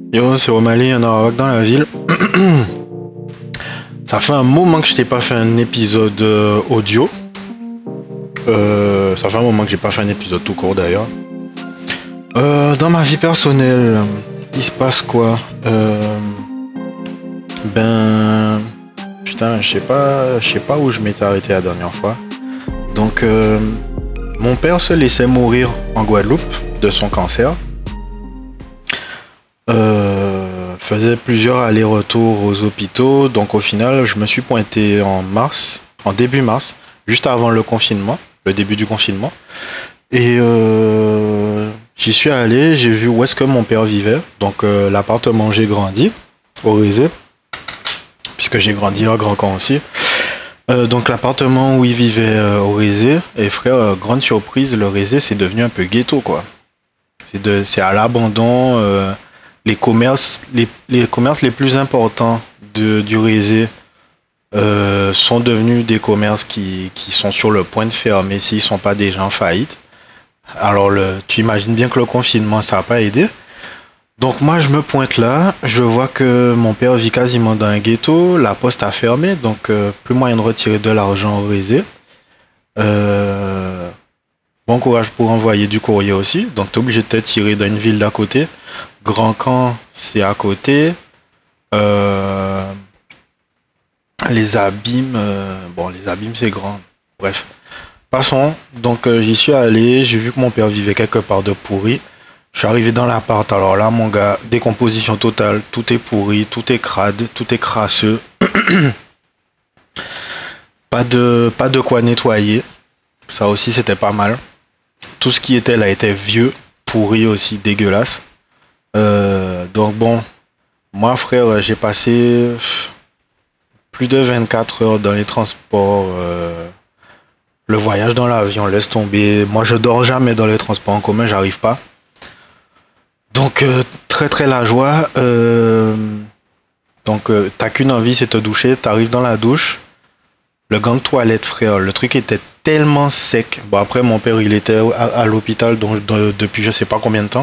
Yo, c'est O'Malley, un Arawak dans la ville. Ça fait un moment que je t'ai pas fait un épisode audio. Ça fait un moment que j'ai pas fait un épisode tout court d'ailleurs. Dans ma vie personnelle, il se passe quoi Ben, putain, je sais pas où je m'étais arrêté la dernière fois. Donc, mon père se laissait mourir en Guadeloupe de son cancer. Faisait plusieurs allers-retours aux hôpitaux. Donc au final, je me suis pointé en mars, en début mars, juste avant le confinement, le début du confinement. Et j'y suis allé, j'ai vu où est-ce que mon père vivait. Donc l'appartement où j'ai grandi, au Rézé, puisque j'ai grandi à Grand Camp aussi. Donc l'appartement où il vivait au Rézé, et frère, grande surprise, le Rézé c'est devenu un peu ghetto quoi. C'est à l'abandon. Les commerces les plus importants du Rézé sont devenus des commerces qui sont sur le point de fermer s'ils ne sont pas déjà en faillite. Alors, tu imagines bien que le confinement, ça n'a pas aidé. Donc moi, je me pointe là, je vois que mon père vit quasiment dans un ghetto, la poste a fermé, donc plus moyen de retirer de l'argent au Rézé. Euh, bon courage pour envoyer du courrier aussi, donc tu es obligé de te tirer dans une ville d'à côté. Grand Camp, c'est à côté. Euh, les abîmes, bon, les abîmes, c'est grand. Bref. Passons. Donc, j'y suis allé. J'ai vu que mon père vivait quelque part de pourri. Je suis arrivé dans l'appart. Alors là, mon gars, décomposition totale. Tout est pourri, tout est crade, tout est crasseux. Pas de quoi nettoyer. Ça aussi, c'était pas mal. Tout ce qui était là était vieux, pourri aussi, dégueulasse. Donc bon, moi, frère, j'ai passé plus de 24 heures dans les transports. Le voyage dans l'avion, laisse tomber. Moi, je dors jamais dans les transports en commun, j'arrive pas. Donc, très très la joie. Donc, t'as qu'une envie, c'est te doucher. T'arrives dans la douche. Le gant de toilette, frère, le truc était tellement sec. Bon, après, mon père, il était à l'hôpital depuis je sais pas combien de temps.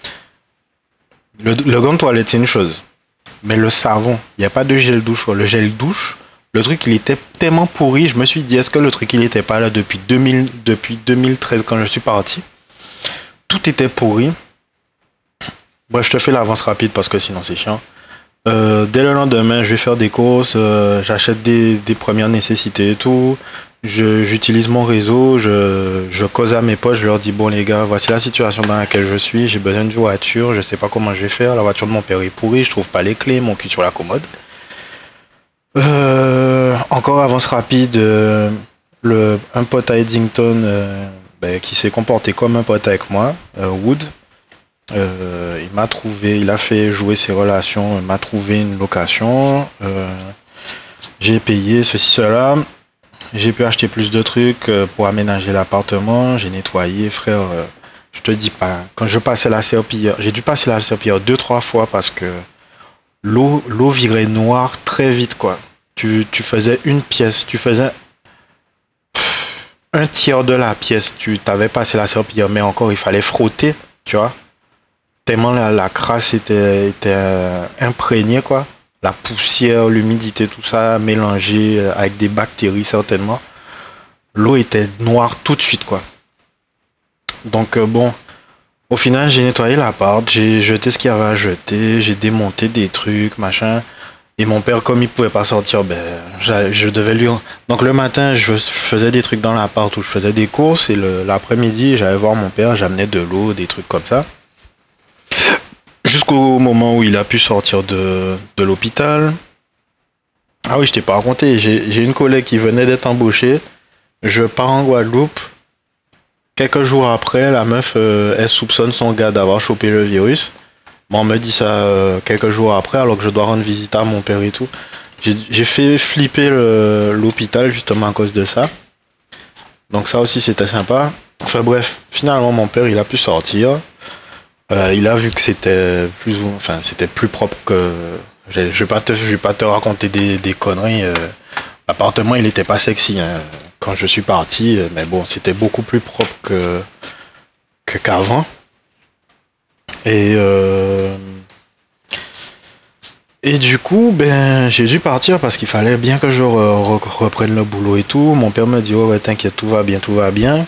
Le gant de toilette, c'est une chose. Mais le savon, il n'y a pas de gel douche. Le gel douche, le truc, il était tellement pourri. Je me suis dit, est-ce que le truc, il était pas là depuis 2013 quand je suis parti? Tout était pourri. Bref, je te fais l'avance rapide parce que sinon c'est chiant. Dès le lendemain, je vais faire des courses, j'achète des premières nécessités et tout. J'utilise mon réseau, je cause à mes potes, je leur dis bon les gars, voici la situation dans laquelle je suis, j'ai besoin d'une voiture, je sais pas comment je vais faire, la voiture de mon père est pourrie, je trouve pas les clés, mon cul sur la commode. Encore avance rapide, un pote à Eddington qui s'est comporté comme un pote avec moi, Wood. Il m'a trouvé, il a fait jouer ses relations, il m'a trouvé une location. J'ai payé ceci, cela. J'ai pu acheter plus de trucs pour aménager l'appartement. J'ai nettoyé, frère. Je te dis pas. Quand je passais la serpillière, j'ai dû passer la serpillière 2, 3 fois parce que l'eau virait noire très vite, quoi. Tu faisais une pièce, tu faisais un tiers de la pièce. Tu t'avais passé la serpillière, mais encore, il fallait frotter, tu vois. Tellement la crasse était imprégnée, quoi. La poussière, l'humidité, tout ça mélangé avec des bactéries certainement. L'eau était noire tout de suite, quoi. Donc bon, au final, j'ai nettoyé l'appart, j'ai jeté ce qu'il y avait à jeter, j'ai démonté des trucs, machin. Et mon père, comme il pouvait pas sortir, ben, je devais lui. Donc le matin, je faisais des trucs dans l'appart où je faisais des courses, et l'après-midi, j'allais voir mon père, j'amenais de l'eau, des trucs comme ça. Jusqu'au moment où il a pu sortir de l'hôpital. Ah oui, je t'ai pas raconté. J'ai une collègue qui venait d'être embauchée. Je pars en Guadeloupe. Quelques jours après, la meuf, elle soupçonne son gars d'avoir chopé le virus. Bon, on me dit ça quelques jours après, alors que je dois rendre visite à mon père et tout. J'ai fait flipper l'hôpital justement à cause de ça. Donc ça aussi, c'était sympa. Enfin bref, finalement, mon père, il a pu sortir. Il a vu que c'était plus propre que. Je vais pas te raconter des conneries. L'appartement, il était pas sexy hein, quand je suis parti, mais bon, c'était beaucoup plus propre qu'avant. Et Et du coup, j'ai dû partir parce qu'il fallait bien que je reprenne le boulot et tout. Mon père me dit, oh, ouais, t'inquiète, tout va bien, tout va bien.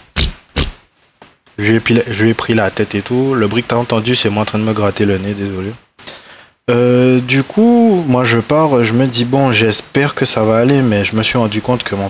Je lui ai pris la tête et tout. Le bruit que t'as entendu, c'est moi en train de me gratter le nez, désolé. Du coup, moi je pars, je me dis, bon, j'espère que ça va aller, mais je me suis rendu compte que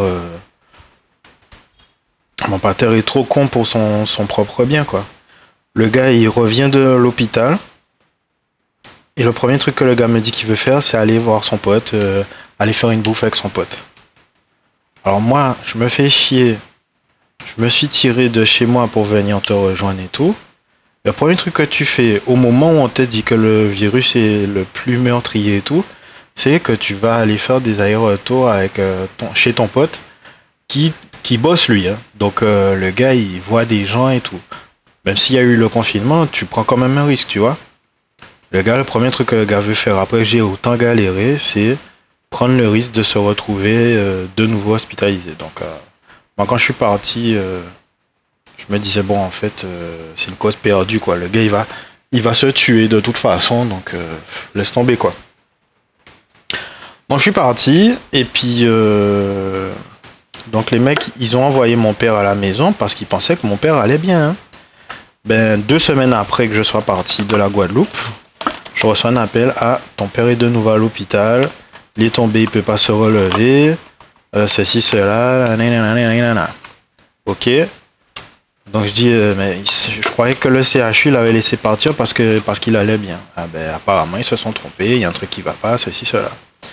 mon pater est trop con pour son propre bien, quoi. Le gars, il revient de l'hôpital. Et le premier truc que le gars me dit qu'il veut faire, c'est aller voir son pote, aller faire une bouffe avec son pote. Alors moi, je me fais chier. Je me suis tiré de chez moi pour venir te rejoindre et tout. Le premier truc que tu fais au moment où on te dit que le virus est le plus meurtrier et tout, c'est que tu vas aller faire des allers-retours avec chez ton pote qui bosse lui. Hein. Donc le gars, il voit des gens et tout. Même s'il y a eu le confinement, tu prends quand même un risque, tu vois. Le gars, le premier truc que le gars veut faire après que j'ai autant galéré, c'est prendre le risque de se retrouver de nouveau hospitalisé. Donc, moi, quand je suis parti, je me disais, bon, en fait, c'est une cause perdue, quoi. Le gars, il va se tuer de toute façon, donc laisse tomber, quoi. Donc, je suis parti, et puis, donc, les mecs, ils ont envoyé mon père à la maison parce qu'ils pensaient que mon père allait bien. Hein. 2 semaines après que je sois parti de la Guadeloupe, je reçois un appel à ton père est de nouveau à l'hôpital, il est tombé, il peut pas se relever, ceci, cela, nanana. Ok. Donc je dis, mais je croyais que le CHU l'avait laissé partir parce qu'il allait bien. Ah apparemment ils se sont trompés, il y a un truc qui va pas, ceci, cela.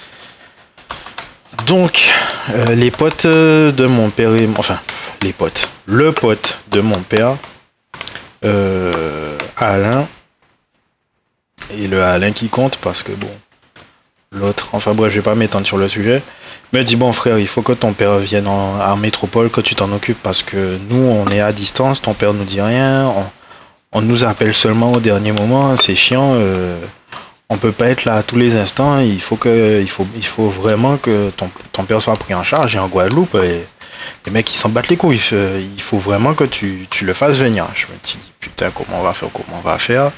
Donc les potes de mon père, enfin les potes, le pote de mon père, Alain. Et le Alain qui compte parce que bon, l'autre, enfin bref, je vais pas m'étendre sur le sujet, me dit bon frère, il faut que ton père vienne en métropole, que tu t'en occupes parce que nous on est à distance, ton père nous dit rien, on nous appelle seulement au dernier moment, c'est chiant, on peut pas être là à tous les instants, il faut vraiment que ton père soit pris en charge et en Guadeloupe et les mecs ils s'en battent les couilles, il faut vraiment que tu le fasses venir. Je me dis putain comment on va faire.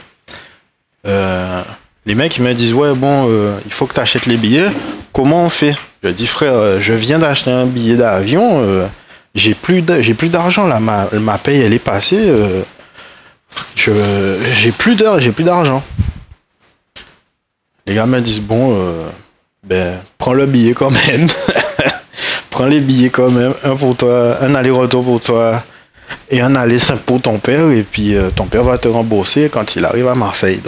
Les mecs ils me disent ouais bon il faut que tu achètes les billets, comment on fait? Je dis frère je viens d'acheter un billet d'avion, j'ai plus d'argent là, ma paye elle est passée, j'ai plus d'heures, j'ai plus d'argent. Les gars me disent bon prends le billet quand même. Prends les billets quand même, un pour toi, un aller-retour pour toi et un aller simple pour ton père et puis ton père va te rembourser quand il arrive à Marseille.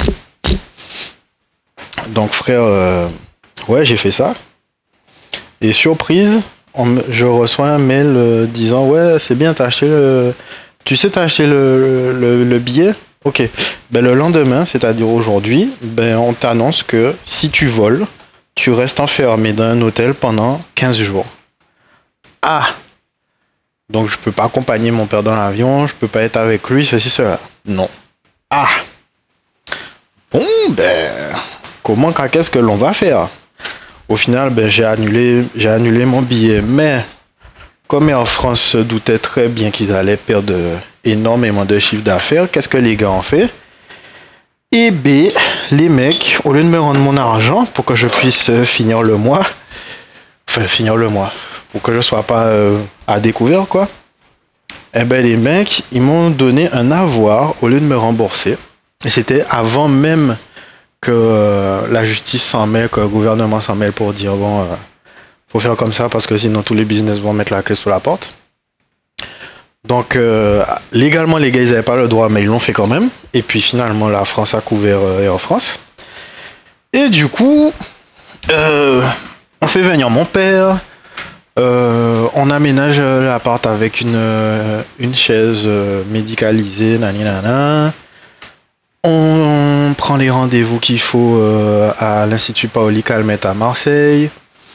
Donc frère, ouais j'ai fait ça. Et surprise, je reçois un mail disant ouais c'est bien t'as acheté le... Tu sais t'as acheté le billet? Ok. Le lendemain, c'est-à-dire aujourd'hui, on t'annonce que si tu voles, tu restes enfermé dans un hôtel pendant 15 jours. Ah! Donc je peux pas accompagner mon père dans l'avion, je peux pas être avec lui, ceci, cela. Non. Ah! Bon, comment, qu'est-ce que l'on va faire? Au final, j'ai annulé mon billet, mais comme Air France se doutait très bien qu'ils allaient perdre énormément de chiffre d'affaires, qu'est-ce que les gars ont fait? Et les mecs, au lieu de me rendre mon argent pour que je puisse finir le mois, pour que je sois pas à découvert quoi, les mecs, ils m'ont donné un avoir au lieu de me rembourser. Et c'était avant même que la justice s'en mêle, que le gouvernement s'en mêle pour dire bon, faut faire comme ça parce que sinon tous les business vont mettre la clé sous la porte. Donc légalement les gars ils n'avaient pas le droit mais ils l'ont fait quand même. Et puis finalement la France a couvert Air France. Et du coup, on fait venir mon père. On aménage l'appart avec une chaise médicalisée, nanana. On prend les rendez-vous qu'il faut à l'Institut Paoli Calmette à Marseille.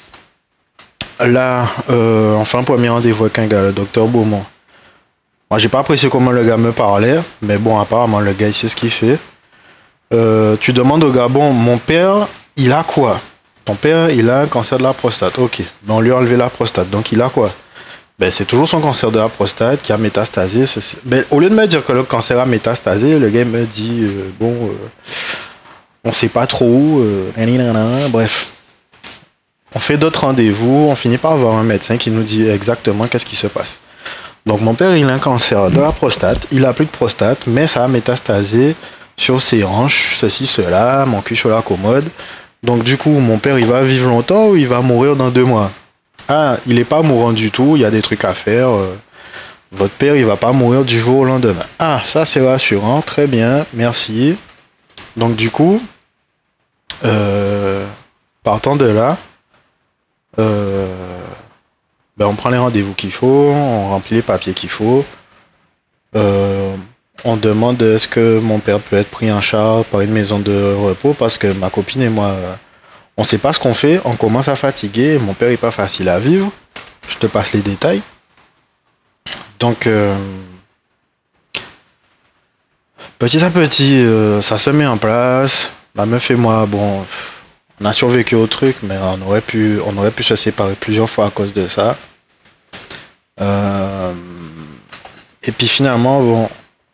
Là, on fait un premier rendez-vous avec un gars, le docteur Beaumont. Moi, j'ai pas apprécié comment le gars me parlait, mais bon, apparemment, le gars, il sait ce qu'il fait. Tu demandes au gars, bon, mon père, il a quoi? Ton père, il a un cancer de la prostate. Ok, on lui a enlevé la prostate, donc il a quoi? C'est toujours son cancer de la prostate qui a métastasé. Au lieu de me dire que le cancer a métastasé, le gars me dit, on sait pas trop où, bref. On fait d'autres rendez-vous, on finit par avoir un médecin qui nous dit exactement qu'est-ce qui se passe. Donc mon père, il a un cancer de la prostate, il a plus de prostate, mais ça a métastasé sur ses hanches, ceci, cela, mon cul sur la commode. Donc du coup, mon père, il va vivre longtemps ou il va mourir dans 2 mois? Ah, il est pas mourant du tout, il y a des trucs à faire. Votre père, il va pas mourir du jour au lendemain. Ah, ça c'est rassurant, très bien, merci. Donc du coup, partant de là, on prend les rendez-vous qu'il faut, on remplit les papiers qu'il faut. On demande est-ce que mon père peut être pris en charge par une maison de repos parce que ma copine et moi, on sait pas ce qu'on fait, on commence à fatiguer, mon père est pas facile à vivre. Je te passe les détails. Donc, petit à petit, ça se met en place. Ma meuf et moi, bon, on a survécu au truc, mais on aurait pu se séparer plusieurs fois à cause de ça. Et puis finalement, bon,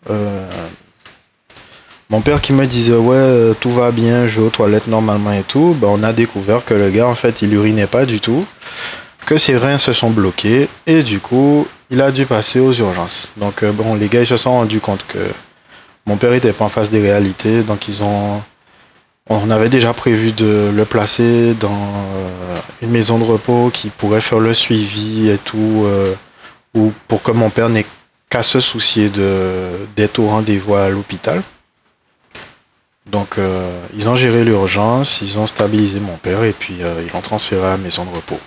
mon père qui me disait ouais, tout va bien, je vais aux toilettes normalement et tout, on a découvert que le gars en fait il urinait pas du tout, que ses reins se sont bloqués et du coup il a dû passer aux urgences. Donc bon, les gars ils se sont rendus compte que mon père était pas en face des réalités, donc on avait déjà prévu de le placer dans une maison de repos qui pourrait faire le suivi et tout, ou pour que mon père n'ait qu'à se soucier d'être au rendez-vous à l'hôpital. Donc ils ont géré l'urgence, ils ont stabilisé mon père et puis ils l'ont transféré à la maison de repos.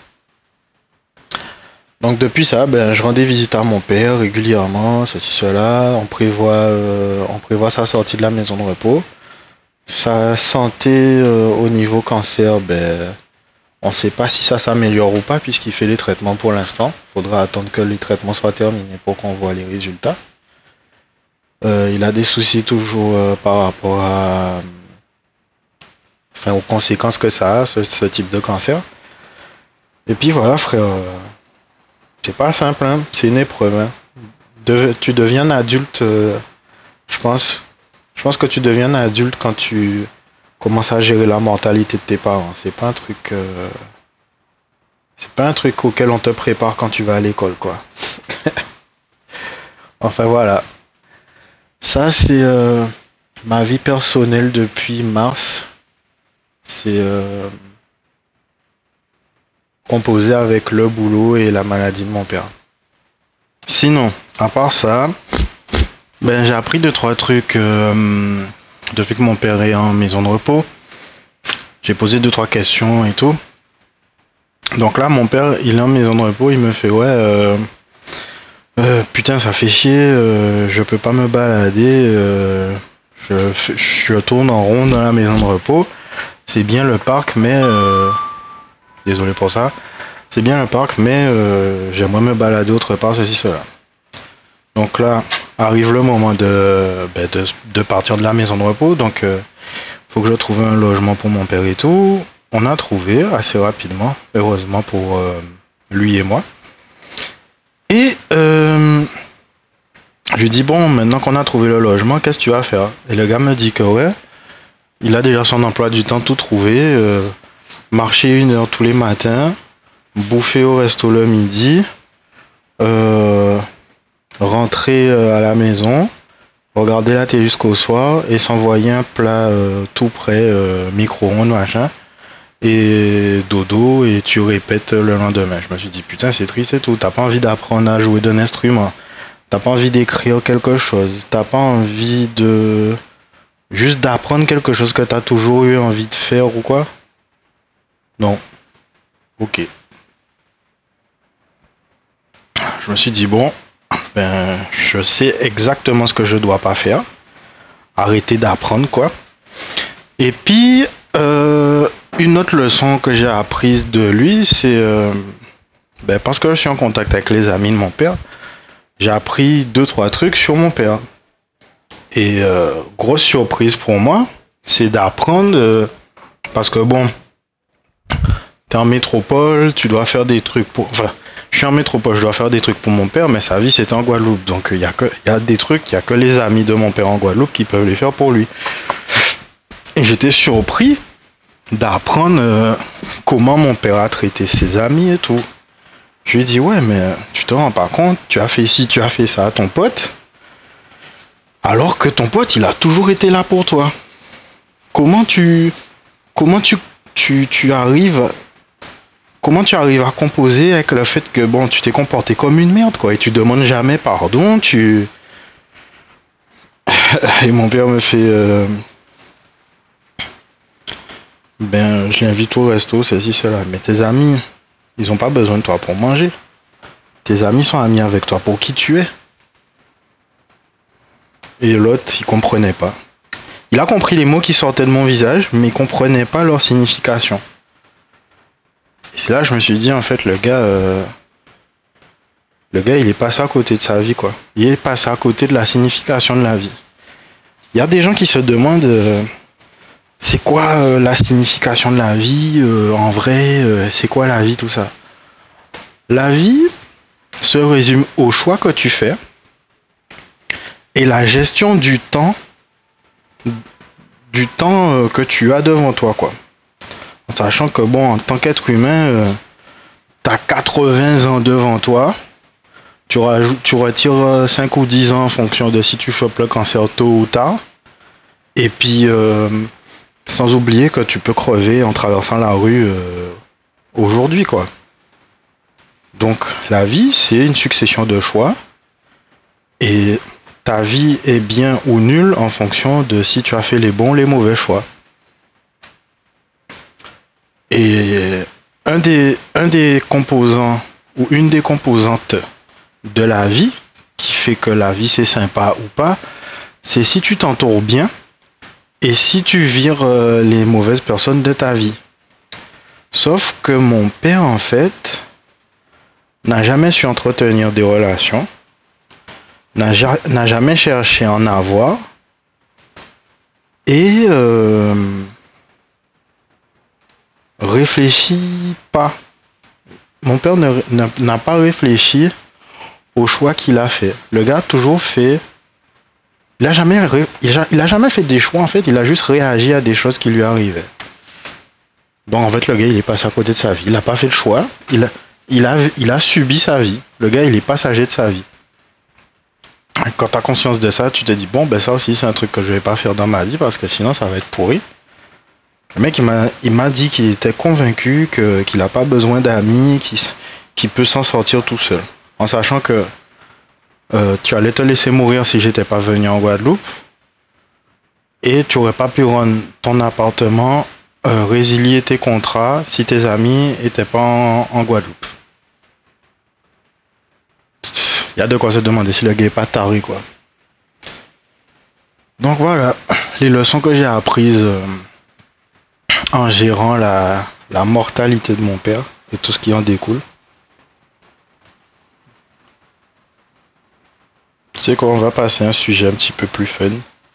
Donc depuis ça, je rendais visite à mon père régulièrement, ceci, cela. On prévoit sa sortie de la maison de repos. Sa santé au niveau cancer, on ne sait pas si ça s'améliore ou pas puisqu'il fait les traitements pour l'instant. Il faudra attendre que les traitements soient terminés pour qu'on voit les résultats. Il a des soucis toujours par rapport aux conséquences que ça a, ce type de cancer. Et puis voilà, frère, c'est pas simple, hein, c'est une épreuve. Hein. Tu deviens adulte, je pense que tu deviens adulte quand tu commences à gérer la mortalité de tes parents. C'est pas un truc auquel on te prépare quand tu vas à l'école, quoi. Enfin voilà. Ça, c'est ma vie personnelle depuis mars. C'est composé avec le boulot et la maladie de mon père. Sinon, à part ça, j'ai appris 2-3 trucs depuis que mon père est en maison de repos. J'ai posé 2-3 questions et tout. Donc là, mon père, il est en maison de repos, il me fait ouais, putain, ça fait chier, je peux pas me balader, je tourne en rond dans la maison de repos. C'est bien le parc, mais désolé pour ça. C'est bien le parc, mais j'aimerais me balader autre part, ceci, cela. Donc là, arrive le moment de partir de la maison de repos. Donc, faut que je trouve un logement pour mon père et tout. On a trouvé assez rapidement, heureusement pour lui et moi. Et je lui dis, bon, maintenant qu'on a trouvé le logement, qu'est-ce que tu vas faire? Et le gars me dit que ouais, il a déjà son emploi du temps tout trouvé. Marcher 1 heure tous les matins, bouffer au resto le midi, rentrer à la maison, regarder la télé jusqu'au soir et s'envoyer un plat tout prêt, micro-ondes, machin, et dodo, et tu répètes le lendemain. Je me suis dit, putain, c'est triste et tout. T'as pas envie d'apprendre à jouer d'un instrument, t'as pas envie d'écrire quelque chose, t'as pas envie de juste d'apprendre quelque chose que t'as toujours eu envie de faire ou quoi? Non. Ok. Je me suis dit, bon, je sais exactement ce que je dois pas faire. Arrêter d'apprendre, quoi. Et puis, une autre leçon que j'ai apprise de lui, c'est parce que je suis en contact avec les amis de mon père, j'ai appris 2-3 trucs sur mon père. Et grosse surprise pour moi, c'est d'apprendre, parce que bon, t'es en métropole, tu dois faire des trucs pour... Enfin, je suis en métropole, je dois faire des trucs pour mon père, mais sa vie c'était en Guadeloupe. Donc il y a des trucs, il y a que les amis de mon père en Guadeloupe qui peuvent les faire pour lui. Et Et j'étais surpris d'apprendre comment mon père a traité ses amis et tout. Je lui ai dit, ouais, mais tu te rends pas compte, tu as fait ci, tu as fait ça à ton pote, alors que ton pote, il a toujours été là pour toi. Comment tu, comment tu arrives, comment tu arrives à composer avec le fait que, bon, tu t'es comporté comme une merde, quoi, et tu demandes jamais pardon, Et mon père me fait, ben, je l'invite au resto, ceci, cela. Mais tes amis, ils ont pas besoin de toi pour manger. Tes amis sont amis avec toi pour qui tu es. Et l'autre, il comprenait pas. Il a compris les mots qui sortaient de mon visage, mais il comprenait pas leur signification. Et c'est là que je me suis dit, en fait, le gars, il est passé à côté de sa vie, quoi. Il est passé à côté de la signification de la vie. Il y a des gens qui se demandent, c'est quoi la signification de la vie, en vrai, c'est quoi la vie, tout ça. La vie se résume au choix que tu fais et la gestion du temps que tu as devant toi, quoi. En sachant que, bon, en tant qu'être humain, t'as 80 ans devant toi, tu retires 5 ou 10 ans en fonction de si tu chopes le cancer tôt ou tard, et puis, sans oublier que tu peux crever en traversant la rue aujourd'hui, quoi. Donc, la vie, c'est une succession de choix, et ta vie est bien ou nulle en fonction de si tu as fait les bons ou les mauvais choix. Et un des composants ou une des composantes de la vie qui fait que la vie c'est sympa ou pas, c'est si tu t'entoures bien et si tu vires les mauvaises personnes de ta vie. Sauf que mon père en fait n'a jamais su entretenir des relations, n'a jamais cherché à en avoir et réfléchit pas. Mon père n'a pas réfléchi au choix qu'il a fait. Le gars a toujours fait. Il a jamais fait des choix en fait, il a juste réagi à des choses qui lui arrivaient. Donc en fait le gars il est passé à côté de sa vie. Il n'a pas fait le choix, il a subi sa vie. Le gars il est passager de sa vie. Quand tu as conscience de ça, tu te dis bon ben ça aussi c'est un truc que je vais pas faire dans ma vie parce que sinon ça va être pourri. Le mec il m'a dit qu'il était convaincu qu'il n'a pas besoin d'amis, qu'il peut s'en sortir tout seul. En sachant que tu allais te laisser mourir si j'étais pas venu en Guadeloupe. Et tu aurais pas pu rendre ton appartement, résilier tes contrats si tes amis étaient pas en Guadeloupe. Il y a de quoi se demander si le gars est pas taré, quoi. Donc voilà, les leçons que j'ai apprises en gérant la mortalité de mon père et tout ce qui en découle. Tu sais quoi, on va passer à un sujet un petit peu plus fun.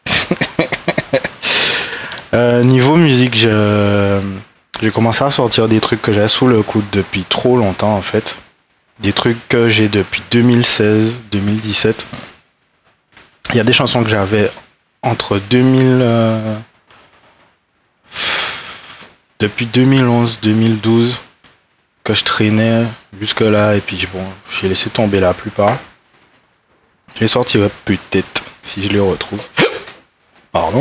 Niveau musique, j'ai commencé à sortir des trucs que j'avais sous le coude depuis trop longtemps en fait. Des trucs que j'ai depuis 2016, 2017. Il y a des chansons que j'avais entre 2000... depuis 2011, 2012 que je traînais jusque là et puis bon, j'ai laissé tomber la plupart. Je les sortirai peut-être si je les retrouve. Pardon.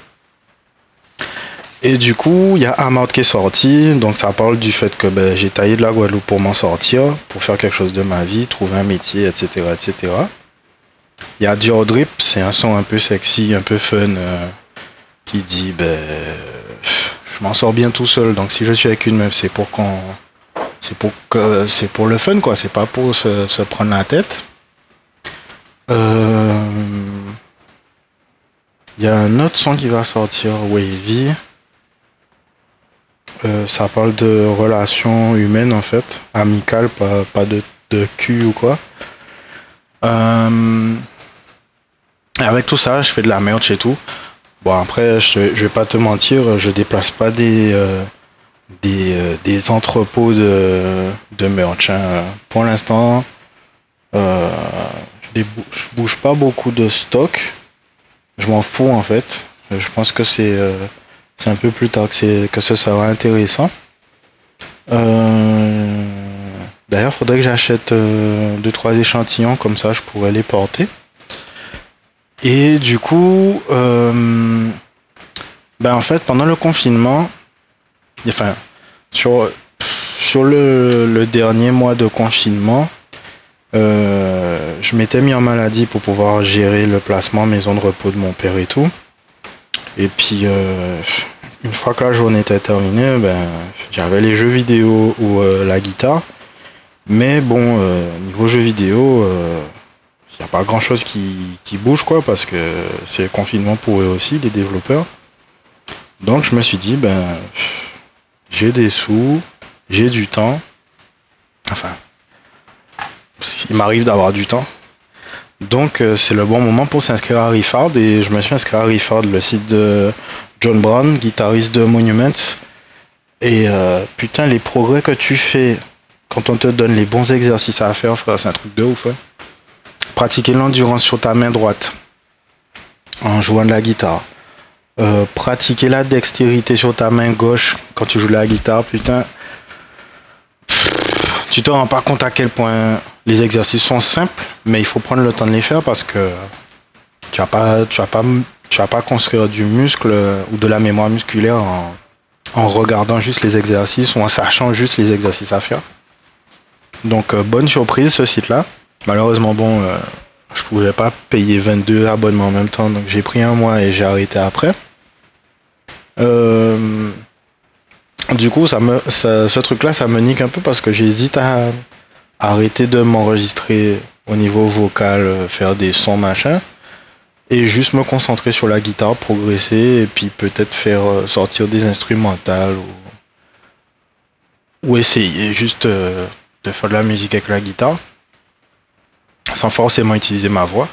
Et du coup, il y a Amount qui est sorti, donc ça parle du fait que j'ai taillé de la Guadeloupe pour m'en sortir, pour faire quelque chose de ma vie, trouver un métier, etc. etc. Il y a Dior Drip, c'est un son un peu sexy, un peu fun, qui dit je m'en sors bien tout seul, donc si je suis avec une meuf, c'est pour le fun quoi, c'est pas pour se prendre la tête. Il y a un autre son qui va sortir, Wavy. Ça parle de relations humaines en fait, amicales, pas de cul ou quoi. Avec tout ça, je fais de la merch et tout. Bon après, je vais pas te mentir, je déplace pas des entrepôts de merch. Hein. Pour l'instant, je bouge pas beaucoup de stock. Je m'en fous en fait. Je pense que C'est un peu plus tard que ce sera intéressant. D'ailleurs, faudrait que j'achète 2-3 échantillons, comme ça je pourrais les porter. Et du coup, en fait, pendant le confinement, enfin, sur le dernier mois de confinement, je m'étais mis en maladie pour pouvoir gérer le placement maison de repos de mon père et tout. Et puis, une fois que la journée était terminée, j'avais les jeux vidéo ou la guitare. Mais bon, niveau jeux vidéo, il n'y a pas grand chose qui bouge, quoi, parce que c'est le confinement pour eux aussi, les développeurs. Donc je me suis dit, j'ai des sous, j'ai du temps. Enfin, il m'arrive d'avoir du temps. Donc c'est le bon moment pour s'inscrire à Rifard. Et je me suis inscrit à Rifard, le site de John Brown, guitariste de Monuments. Et putain, les progrès que tu fais quand on te donne les bons exercices à faire, frère, c'est un truc de ouf. Ouais. Pratiquer l'endurance sur ta main droite en jouant de la guitare. Pratiquer la dextérité sur ta main gauche quand tu joues de la guitare, putain. Tu te rends pas compte à quel point les exercices sont simples, mais il faut prendre le temps de les faire parce que tu vas pas construire du muscle ou de la mémoire musculaire en regardant juste les exercices ou en sachant juste les exercices à faire. Donc bonne surprise ce site-là. Malheureusement je pouvais pas payer 22 abonnements en même temps, donc j'ai pris un mois et j'ai arrêté après. Du coup ce truc-là ça me nique un peu parce que j'hésite à arrêter de m'enregistrer au niveau vocal, faire des sons machin, et juste me concentrer sur la guitare, progresser et puis peut-être faire sortir des instrumentales ou essayer juste de faire de la musique avec la guitare sans forcément utiliser ma voix.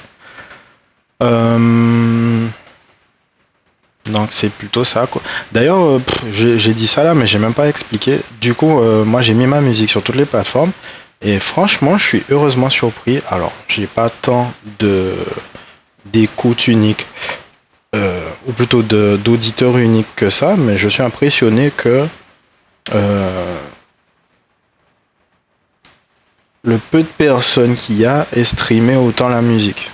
Donc c'est plutôt ça, quoi. D'ailleurs, j'ai dit ça là, mais j'ai même pas expliqué. Du coup, moi j'ai mis ma musique sur toutes les plateformes et franchement, je suis heureusement surpris. Alors, j'ai pas tant d'écoute unique, ou plutôt d'auditeurs uniques que ça, mais je suis impressionné que le peu de personnes qu'il y a aient streamé autant la musique.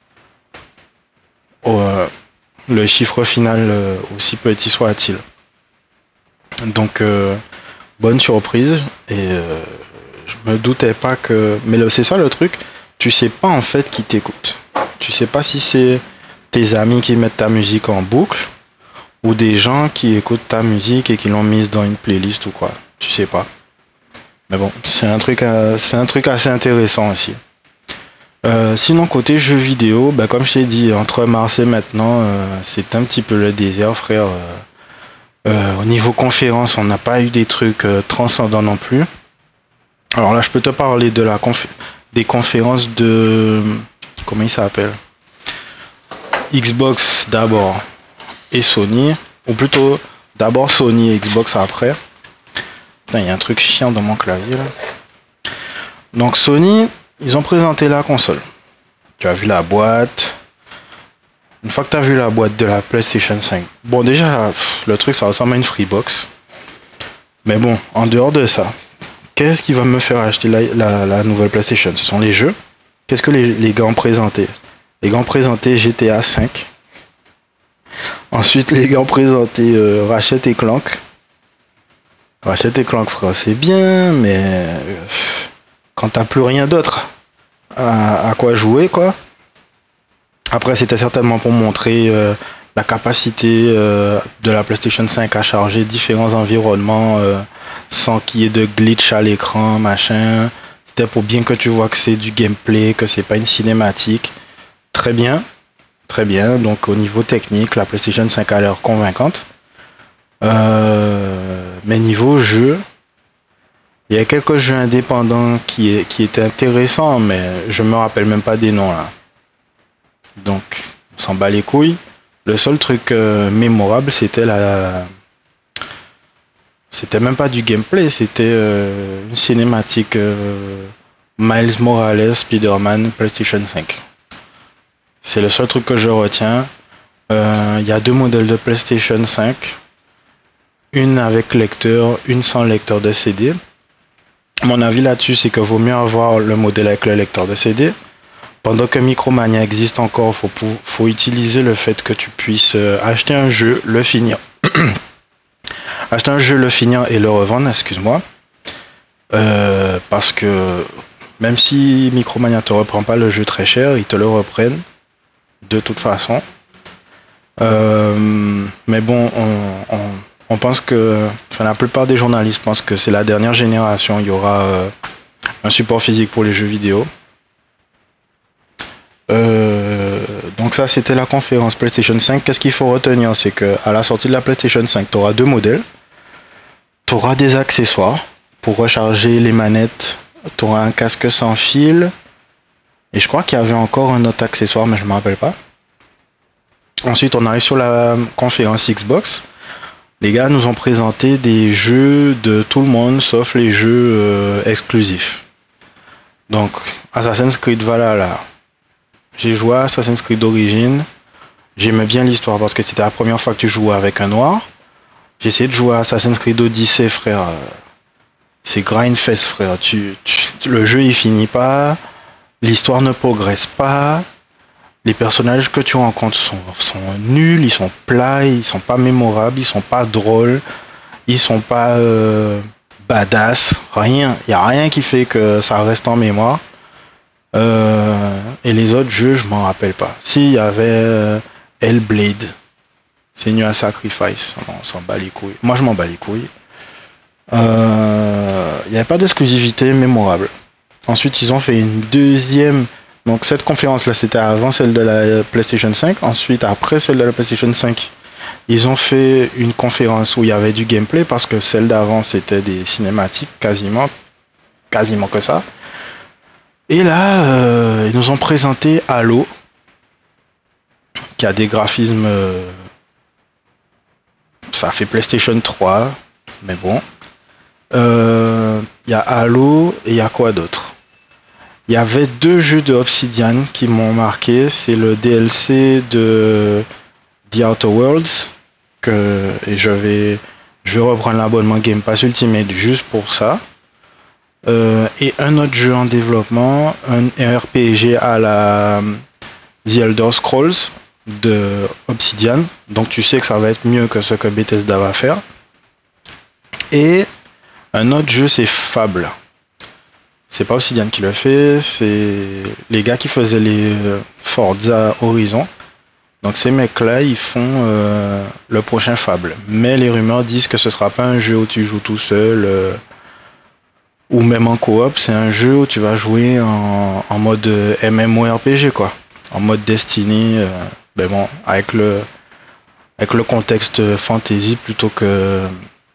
Le chiffre final, aussi petit soit-il. Donc, bonne surprise, et je me doutais pas que... Mais c'est ça le truc, tu sais pas en fait qui t'écoute. Tu sais pas si c'est tes amis qui mettent ta musique en boucle ou des gens qui écoutent ta musique et qui l'ont mise dans une playlist ou quoi. Tu sais pas. Mais bon, c'est un truc assez intéressant aussi. Sinon côté jeux vidéo, comme je t'ai dit, entre mars et maintenant, c'est un petit peu le désert, frère. Au niveau conférence, on n'a pas eu des trucs transcendants non plus. Alors là, je peux te parler de des conférences de... Comment il s'appelle ? Xbox d'abord et Sony. Ou plutôt, d'abord Sony et Xbox après. Putain, il y a un truc chiant dans mon clavier là. Donc Sony, ils ont présenté la console. Tu as vu la boîte. Une fois que tu as vu la boîte de la PlayStation 5. Bon, déjà, le truc, ça ressemble à une Freebox. Mais bon, en dehors de ça, qu'est-ce qui va me faire acheter la nouvelle PlayStation ? Ce sont les jeux. Qu'est-ce que les gars ont présenté ? Les gars ont présenté GTA 5. Ensuite, les gars ont présenté Ratchet et Clank. Ratchet et Clank, frère, c'est bien, mais quand t'as plus rien d'autre à quoi jouer, quoi. Après, c'était certainement pour montrer la capacité de la PlayStation 5 à charger différents environnements sans qu'il y ait de glitch à l'écran, machin. C'était pour bien que tu vois que c'est du gameplay, que c'est pas une cinématique. Très bien, très bien. Donc au niveau technique, la PlayStation 5 a l'air convaincante. Mais niveau jeu, il y a quelques jeux indépendants qui étaient intéressants, mais je me rappelle même pas des noms là. Donc, on s'en bat les couilles. Le seul truc mémorable, c'était c'était même pas du gameplay, c'était une cinématique Miles Morales, Spider-Man, PlayStation 5. C'est le seul truc que je retiens. Il y a 2 modèles de PlayStation 5. une avec lecteur, une sans lecteur de CD. Mon avis là-dessus, c'est que vaut mieux avoir le modèle avec le lecteur de CD. Pendant que Micromania existe encore, faut utiliser le fait que tu puisses acheter un jeu, le finir. Acheter un jeu, le finir et le revendre, excuse-moi. Parce que même si Micromania te reprend pas le jeu très cher, ils te le reprennent de toute façon. Mais bon, on pense que, enfin la plupart des journalistes pensent que c'est la dernière génération, il y aura un support physique pour les jeux vidéo. Donc ça c'était la conférence PlayStation 5. Qu'est-ce qu'il faut retenir, c'est que à la sortie de la PlayStation 5, tu auras deux modèles. Tu auras des accessoires pour recharger les manettes. Tu auras un casque sans fil. Et je crois qu'il y avait encore un autre accessoire, mais je ne me rappelle pas. Ensuite, on arrive sur la conférence Xbox. Les gars nous ont présenté des jeux de tout le monde, sauf les jeux exclusifs. Donc, Assassin's Creed Valhalla. J'ai joué à Assassin's Creed d'origine. J'aimais bien l'histoire parce que c'était la première fois que tu jouais avec un noir. J'ai essayé de jouer à Assassin's Creed Odyssey, frère. C'est grindfest, frère. Le jeu, il finit pas. L'histoire ne progresse pas. Les personnages que tu rencontres sont nuls, ils sont plats, ils sont pas mémorables, ils sont pas drôles, ils sont pas badass. Rien. Il y a rien qui fait que ça reste en mémoire. Et les autres jeux, je m'en rappelle pas. Si, il y avait Hellblade. Seigneur Sacrifice. Non, on s'en bat les couilles. Moi, je m'en bats les couilles. Il n'y avait pas d'exclusivité mémorable. Ensuite, ils ont fait une deuxième. Donc, cette conférence-là, c'était avant celle de la PlayStation 5. Ensuite, après celle de la PlayStation 5, ils ont fait une conférence où il y avait du gameplay parce que celle d'avant, c'était des cinématiques quasiment que ça. Et là, ils nous ont présenté Halo, qui a des graphismes. Ça fait PlayStation 3, mais bon. Il y a Halo et il y a quoi d'autre? Il y avait deux jeux de Obsidian qui m'ont marqué. C'est le DLC de The Outer Worlds et je vais reprendre l'abonnement Game Pass Ultimate juste pour ça. Et un autre jeu en développement, un RPG à la The Elder Scrolls de Obsidian. Donc tu sais que ça va être mieux que ce que Bethesda va faire. Et un autre jeu, c'est Fable. C'est pas Obsidian qui le fait, c'est les gars qui faisaient les Forza Horizon. Donc ces mecs-là, ils font le prochain Fable. Mais les rumeurs disent que ce sera pas un jeu où tu joues tout seul ou même en coop. C'est un jeu où tu vas jouer en mode MMORPG, quoi. En mode Destiny, mais bon, avec le contexte fantasy plutôt que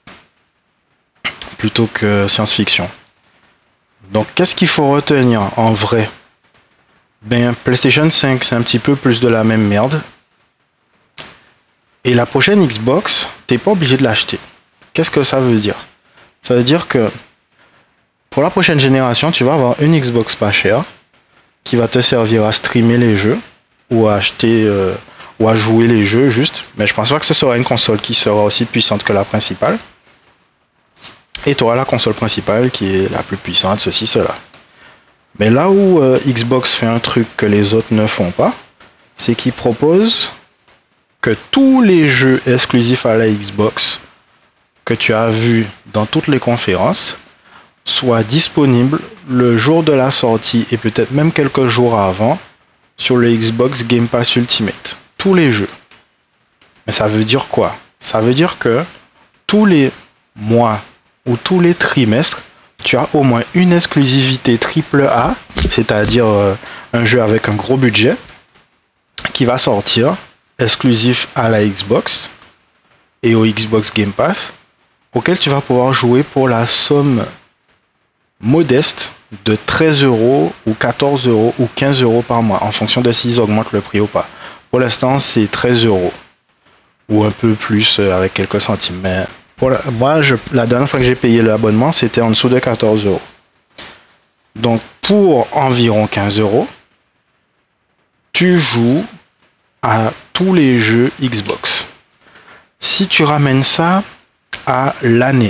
science-fiction. Donc, qu'est-ce qu'il faut retenir en vrai? Ben, PlayStation 5, c'est un petit peu plus de la même merde. Et la prochaine Xbox, t'es pas obligé de l'acheter. Qu'est-ce que ça veut dire? Ça veut dire que pour la prochaine génération, tu vas avoir une Xbox pas chère qui va te servir à streamer les jeux ou à acheter ou à jouer les jeux juste. Mais je pense pas que ce sera une console qui sera aussi puissante que la principale. Et tu auras la console principale qui est la plus puissante, ceci, cela. Mais là où Xbox fait un truc que les autres ne font pas, c'est qu'ils proposent que tous les jeux exclusifs à la Xbox que tu as vus dans toutes les conférences soient disponibles le jour de la sortie et peut-être même quelques jours avant sur le Xbox Game Pass Ultimate. Tous les jeux. Mais ça veut dire quoi? Ça veut dire que tous les mois ou tous les trimestres, tu as au moins une exclusivité AAA, c'est-à-dire un jeu avec un gros budget, qui va sortir, exclusif à la Xbox et au Xbox Game Pass, auquel tu vas pouvoir jouer pour la somme modeste de 13 € ou 14 € ou 15 € par mois, en fonction de s'ils augmentent le prix ou pas. Pour l'instant, c'est 13 € ou un peu plus avec quelques centimes, mais moi, la dernière fois que j'ai payé l'abonnement, c'était en dessous de 14 €. Donc, pour environ 15 €, tu joues à tous les jeux Xbox. Si tu ramènes ça à l'année.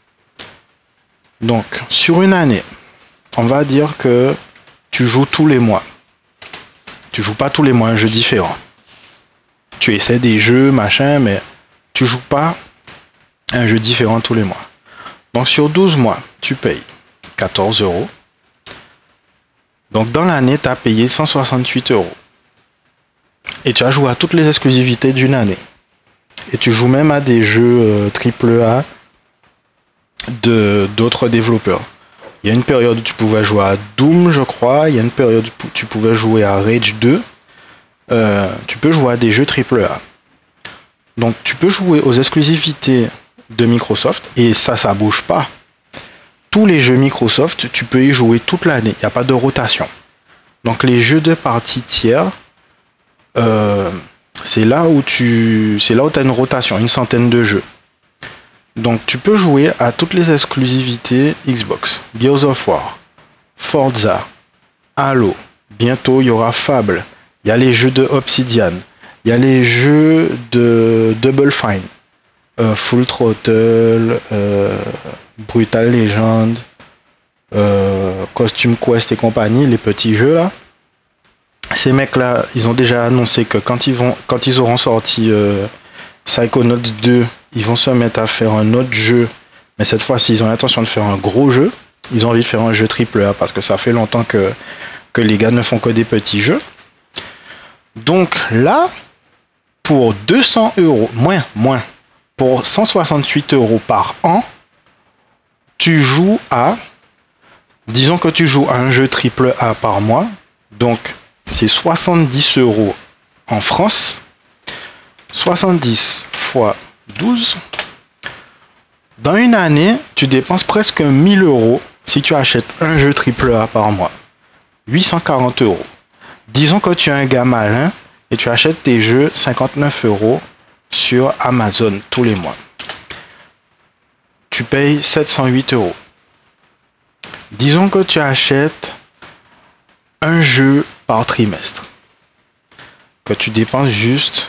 Donc, sur une année, on va dire que tu joues tous les mois. Tu joues pas tous les mois un jeu différent. Tu essaies des jeux, machin, mais tu joues pas un jeu différent tous les mois. Donc, sur 12 mois, tu payes 14 euros. Donc, dans l'année, tu as payé 168 euros. Et tu as joué à toutes les exclusivités d'une année. Et tu joues même à des jeux AAA d'autres développeurs. Il y a une période où tu pouvais jouer à Doom, je crois. Il y a une période où tu pouvais jouer à Rage 2. Tu peux jouer à des jeux AAA. Donc tu peux jouer aux exclusivités de Microsoft et ça bouge pas. Tous les jeux Microsoft, tu peux y jouer toute l'année. Il n'y a pas de rotation. Donc les jeux de partie tiers, c'est là où tu as une rotation, une centaine de jeux. Donc tu peux jouer à toutes les exclusivités Xbox. Gears of War, Forza, Halo. Bientôt il y aura Fable. Il y a les jeux de Obsidian. Il y a les jeux de Double Fine. Full Throttle, Brutal Legend, Costume Quest et compagnie, les petits jeux là. Ces mecs là, ils ont déjà annoncé que quand ils auront sorti Psychonauts 2, ils vont se mettre à faire un autre jeu, mais cette fois-ci ils ont l'intention de faire un gros jeu. Ils ont envie de faire un jeu AAA parce que ça fait longtemps que les gars ne font que des petits jeux. Donc là, pour 200 euros, moins, pour 168 euros par an, tu joues à, disons que tu joues à un jeu AAA par mois, donc c'est 70 euros en France, 70 fois 12. Dans une année, tu dépenses presque 1000 euros si tu achètes un jeu AAA par mois. 840 euros. Disons que tu es un gars malin et tu achètes tes jeux 59 euros sur Amazon tous les mois. Tu payes 708 euros. Disons que tu achètes un jeu par trimestre. Que tu dépenses juste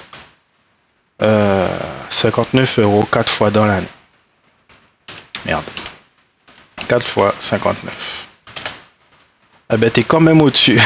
59 euros 4 fois dans l'année. Merde. 4 fois 59. Ah ben t'es quand même au-dessus.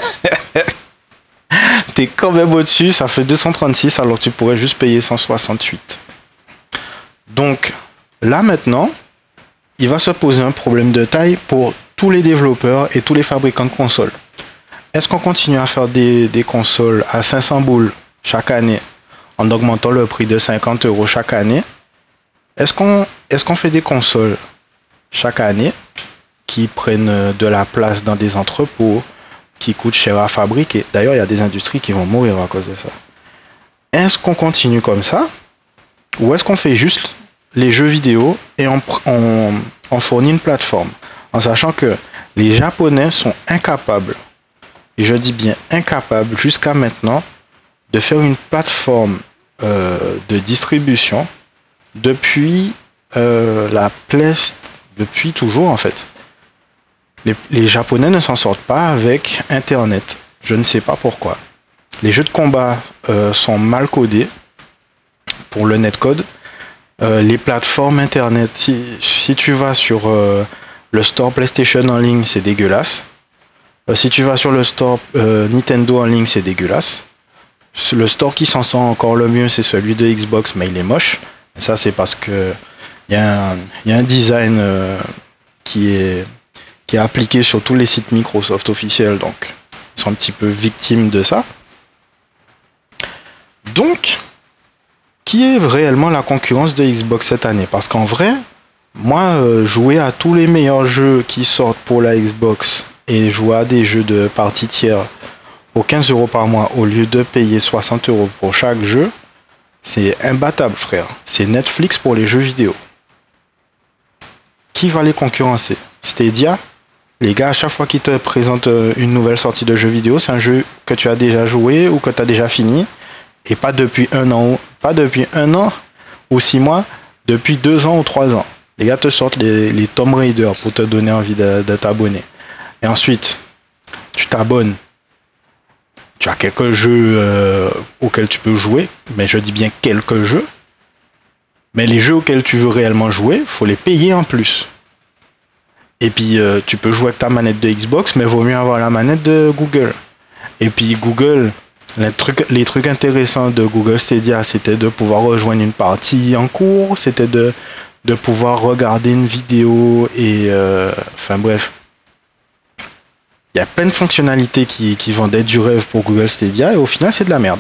T'es quand même au-dessus, ça fait 236 alors que tu pourrais juste payer 168. Donc là maintenant, il va se poser un problème de taille pour tous les développeurs et tous les fabricants de consoles. Est-ce qu'on continue à faire des consoles à 500 boules chaque année en augmentant le prix de 50 euros chaque année? Est-ce qu'on fait des consoles chaque année qui prennent de la place dans des entrepôts, qui coûtent cher à fabriquer? D'ailleurs, il y a des industries qui vont mourir à cause de ça. Est-ce qu'on continue comme ça? Ou est-ce qu'on fait juste les jeux vidéo et on fournit une plateforme? En sachant que les Japonais sont incapables, et je dis bien incapables jusqu'à maintenant, de faire une plateforme de distribution depuis depuis toujours en fait. Les Japonais ne s'en sortent pas avec Internet. Je ne sais pas pourquoi. Les jeux de combat sont mal codés pour le netcode. Les plateformes Internet, si tu vas sur le store PlayStation en ligne, c'est dégueulasse. Si tu vas sur le store Nintendo en ligne, c'est dégueulasse. Le store qui s'en sort encore le mieux, c'est celui de Xbox, mais il est moche. Et ça, c'est parce que il y a un design qui est appliqué sur tous les sites Microsoft officiels, donc ils sont un petit peu victimes de ça. Donc, qui est réellement la concurrence de Xbox cette année? Parce qu'en vrai, moi, jouer à tous les meilleurs jeux qui sortent pour la Xbox et jouer à des jeux de partie tiers aux 15 euros par mois au lieu de payer 60 euros pour chaque jeu, c'est imbattable, frère. C'est Netflix pour les jeux vidéo. Qui va les concurrencer? Stadia? Les gars, à chaque fois qu'ils te présentent une nouvelle sortie de jeu vidéo, c'est un jeu que tu as déjà joué ou que tu as déjà fini. Et pas depuis un an ou 6 mois, depuis 2 ans ou 3 ans. Les gars te sortent les Tomb Raider pour te donner envie de t'abonner. Et ensuite, tu t'abonnes. Tu as quelques jeux auxquels tu peux jouer, mais je dis bien quelques jeux. Mais les jeux auxquels tu veux réellement jouer, faut les payer en plus. Et puis tu peux jouer avec ta manette de Xbox, mais vaut mieux avoir la manette de Google. Et puis Google, les trucs intéressants de Google Stadia, c'était de pouvoir rejoindre une partie en cours, c'était de pouvoir regarder une vidéo et enfin bref. Il y a plein de fonctionnalités qui vendaient du rêve pour Google Stadia et au final c'est de la merde.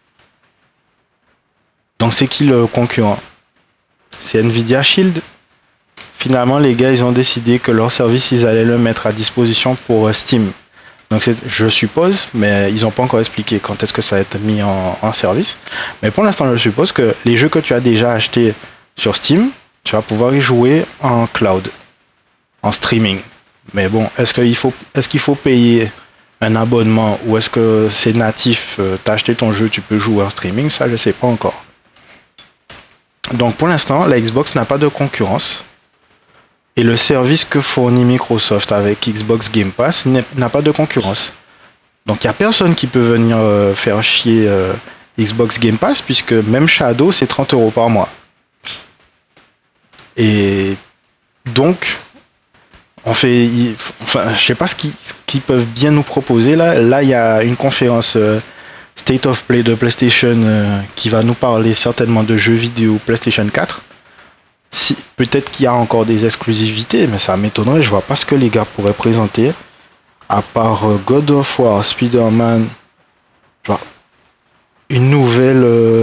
Donc c'est qui le concurrent? C'est Nvidia Shield. Finalement les gars ils ont décidé que leur service ils allaient le mettre à disposition pour Steam. Donc je suppose, mais ils n'ont pas encore expliqué quand est-ce que ça va être mis en service. Mais pour l'instant je suppose que les jeux que tu as déjà achetés sur Steam, tu vas pouvoir y jouer en cloud, en streaming. Mais bon, est-ce qu'il faut payer un abonnement ou est-ce que c'est natif, t'as acheté ton jeu, tu peux jouer en streaming? Ça je sais pas encore. Donc pour l'instant, la Xbox n'a pas de concurrence. Et le service que fournit Microsoft avec Xbox Game Pass n'a pas de concurrence. Donc il n'y a personne qui peut venir faire chier Xbox Game Pass, puisque même Shadow c'est 30 € par mois. Et donc, je sais pas ce qu'ils peuvent bien nous proposer là. Là, il y a une conférence State of Play de PlayStation qui va nous parler certainement de jeux vidéo PlayStation 4. Peut-être qu'il y a encore des exclusivités, mais ça m'étonnerait. Je vois pas ce que les gars pourraient présenter à part God of War, Spider-Man, une nouvelle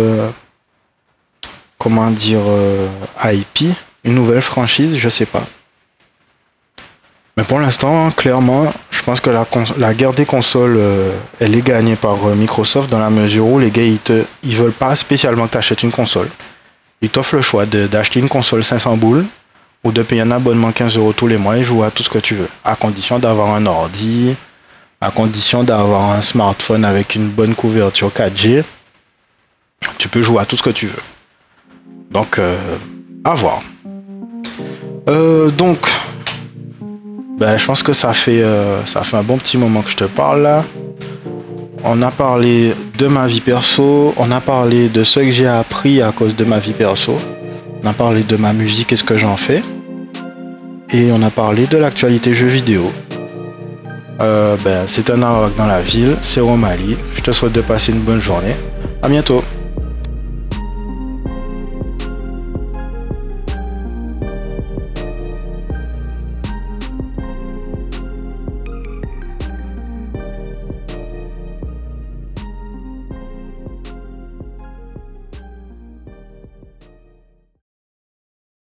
IP, une nouvelle franchise, je sais pas. Mais pour l'instant, clairement, je pense que la guerre des consoles, elle est gagnée par Microsoft dans la mesure où les gars ils veulent pas spécialement que tu achètes une console. Ils t'offrent le choix d'acheter une console 500 boules ou de payer un abonnement 15 € tous les mois et jouer à tout ce que tu veux. À condition d'avoir un ordi, à condition d'avoir un smartphone avec une bonne couverture 4G. Tu peux jouer à tout ce que tu veux. Donc, à voir. Donc, je pense que ça fait un bon petit moment que je te parle là. On a parlé de ma vie perso, on a parlé de ce que j'ai appris à cause de ma vie perso, on a parlé de ma musique et ce que j'en fais, et on a parlé de l'actualité jeux vidéo. C'est un Arawak dans la ville, c'est Romali, je te souhaite de passer une bonne journée, à bientôt.